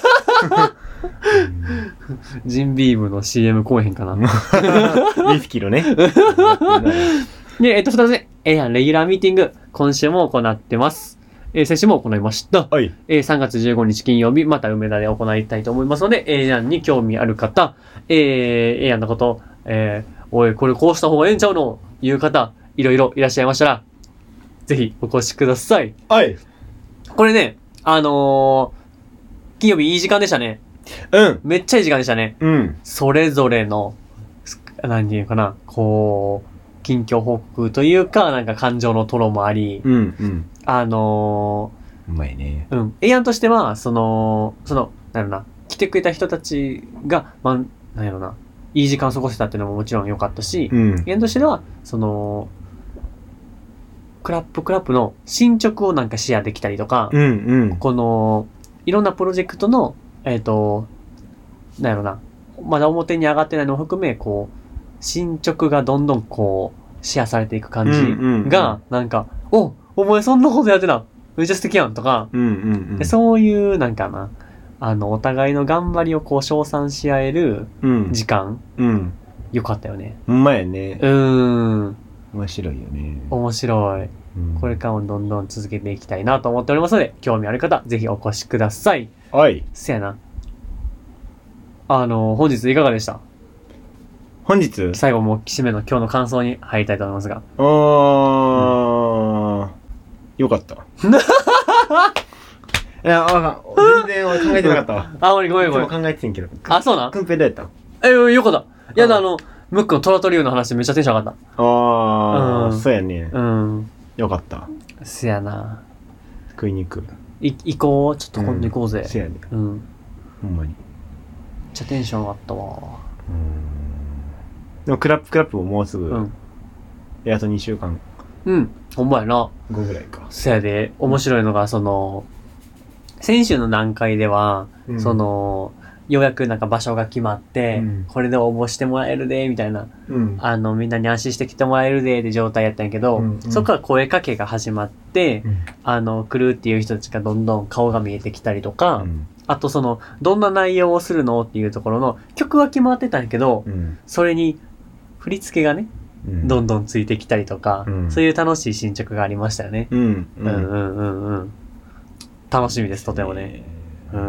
ジンビームの CM 後編かな。 リスキロね。 で、二つ目。レギュラーミーティング。今週も行ってます。先週も行いました。 はい。 3月15日金曜日、また梅田で行いたいと思いますので、やんに興味ある方、やんのこと、おい、これこうした方がええんちゃうのいう方、いろいろいらっしゃいましたら、ぜひお越しください。 はい。 これね、金曜日いい時間でしたね。めっちゃいい時間でしたね。それぞれの、何て言うかな、こう、近況報告というか、なんか感情のトロもあり、うまいね。 エイヤンとしては、なんやろな、来てくれた人たちが、なんやろな、いい時間過ごせたっていうのももちろん良かったし、エイヤンとしては、クラップの進捗をなんかシェアできたりとか、この、いろんなプロジェクトの、なんやろな、まだ表に上がってないのを含め、こう、進捗がどんどんこう、シェアされていく感じが、なんか、お前そんなことやってためっちゃ素敵やんとか、そういうなんかな、お互いの頑張りをこう称賛し合える時間、よかったよね。 ほんまやね。面白いよね。 面白い。これからもどんどん続けていきたいなと思っておりますので、興味ある方、ぜひお越しください。 はい。 せやな。本日いかがでした？ 本日最後も締めの今日の感想に入りたいと思いますが。 よかった。いや、全然俺考えてなかったわ。 ごめん。いつも考えてんけど。 そうなん？ くんぺいどうやった？ よかった。いや、ムックのトラトリューの話めっちゃテンション上がった。 そうやね。よかった。 せやな。 食いに行く。 行こう。ちょっと今度行こうぜ。 せやね。ほんまに。めっちゃテンション上がったわ。 でもクラップももうすぐ。あと2週間。 ほんまやな。 5ぐらいか。 せやで、面白いのが、先週の段階では、ようやくなんか場所が決まって、これで応募してもらえるで、みたいな、みんなに安心して来てもらえるで、って状態やったんやけど、そこから声かけが始まって、来るっていう人たちがどんどん顔が見えてきたりとか、あとどんな内容をするのっていうところの曲は決まってたんやけど、それに振り付けがね、どんどんついてきたりとか、そういう楽しい進捗がありましたよね。楽しみです、とてもね。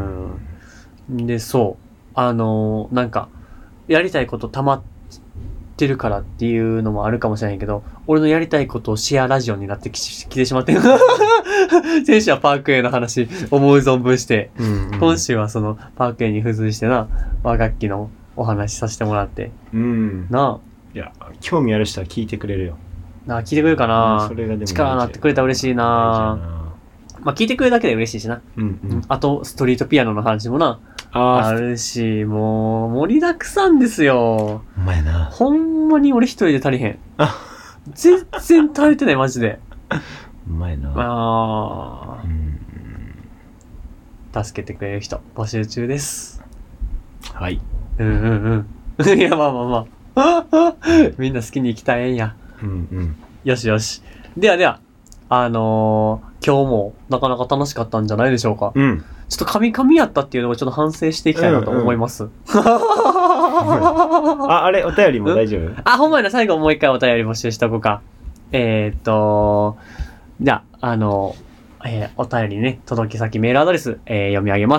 で、そう。なんか、やりたいことってるからっていうのもあるかもしれないけど、俺のやりたいことをシェアラジオになってきてしまってる。先週はパーク A の話、思う存分して、今週はそのパーク A に付随してな、和楽器のお話させてもらって。なあ。 いや、興味ある人は聞いてくれるよ。 なあ、聞いてくれるかな、力になってくれたら嬉しいな。まあ聞いてくれるだけで嬉しいしな。あと、ストリートピアノの話もな。あるし、もう、盛りだくさんですよ。 ほんまやな。 ほんまに俺一人で足りへん。全然足りてない、マジで。 ほんまやな。 助けてくれる人、募集中です。 はい。 いや、まあまあまあ。みんな好きに生きたいんや。よしよし。ではでは、今日もなかなか楽しかったんじゃないでしょうか。ちょっと神々やったっていうのをちょっと反省していきたいなと思います。 あれ、お便りも大丈夫？ ほんまやな、最後もう一回お便り募集しとこうか。じゃあ、お便りね、届き先メールアドレス、読み上げます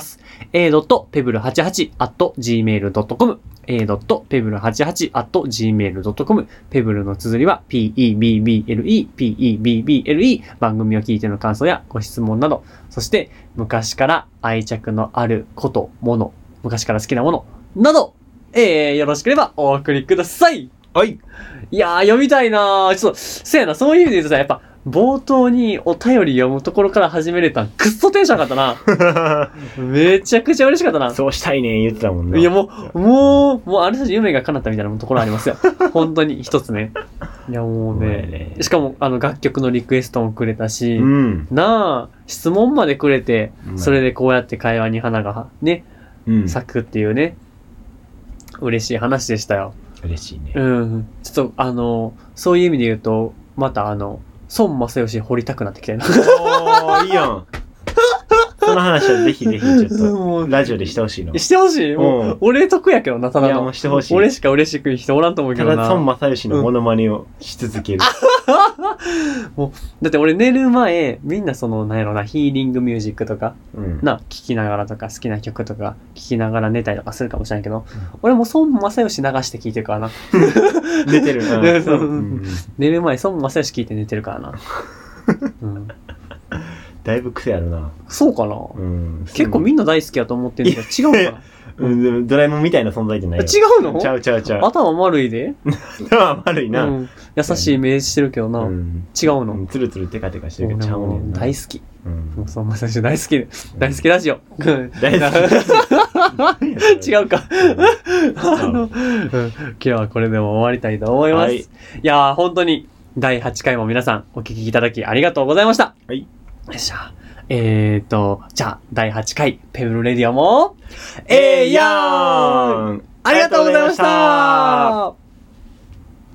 。a.pebble88@gmail.com a.pebble88@gmail.com ペブルの綴りは PEBBLE 番組を聞いての感想やご質問など、そして昔から愛着のあること、もの、昔から好きなものなど、よろしければお送りください。 はい。 いやー、読みたいなー。ちょっと、そうやな、そういう意味で言うとさ、やっぱ、冒頭にお便り読むところから始めれたん、くっそテンション上がったな。めちゃくちゃ嬉しかったな。 そうしたいね言ってたもんな。 いや、もう、あれたち夢が叶ったみたいなところありますよ。本当に一つね。いや、もうね。しかも、楽曲のリクエストもくれたし、なあ、質問までくれて、それでこうやって会話に花がね、咲くっていうね、嬉しい話でしたよ。 嬉しいね。 ちょっと、そういう意味で言うと、また孫正義掘りたくなってきたよな。 いいやん。その話はぜひぜひちょっと、ラジオでしてほしいの。 してほしい。もう、俺得やけどな、ただの。 いや、もうしてほしい。 俺しか嬉しく人おらんと思うけどな。 ただ、孫正義のモノマネをし続ける。 もう、だって俺寝る前、みんななんやろな、ヒーリングミュージックとか、聞きながらとか、好きな曲とか、聞きながら寝たりとかするかもしれんけど、俺も孫正義流して聞いてるからな。 寝てる。 寝る前、孫正義聞いて寝てるからな。 だいぶ癖あるな。 そうかな、結構みんな大好きやと思ってるけど、違うかな。 ドラえもんみたいな存在じゃないよ。 違うの？ ちゃう。 頭丸いで？ 頭丸いな。 優しいイメージしてるけどな。違うの？ つるつるテカテカしてるけどちゃうねんな。 大好き。孫正義大好き。大好きラジオ。 大好き。違うか。今日はこれでも終わりたいと思います。いやー、本当に第8回も皆さんお聞きいただきありがとうございました。よっしゃ。じゃあ、第8回、ペブルレディオも、やーん！ありがとうございました。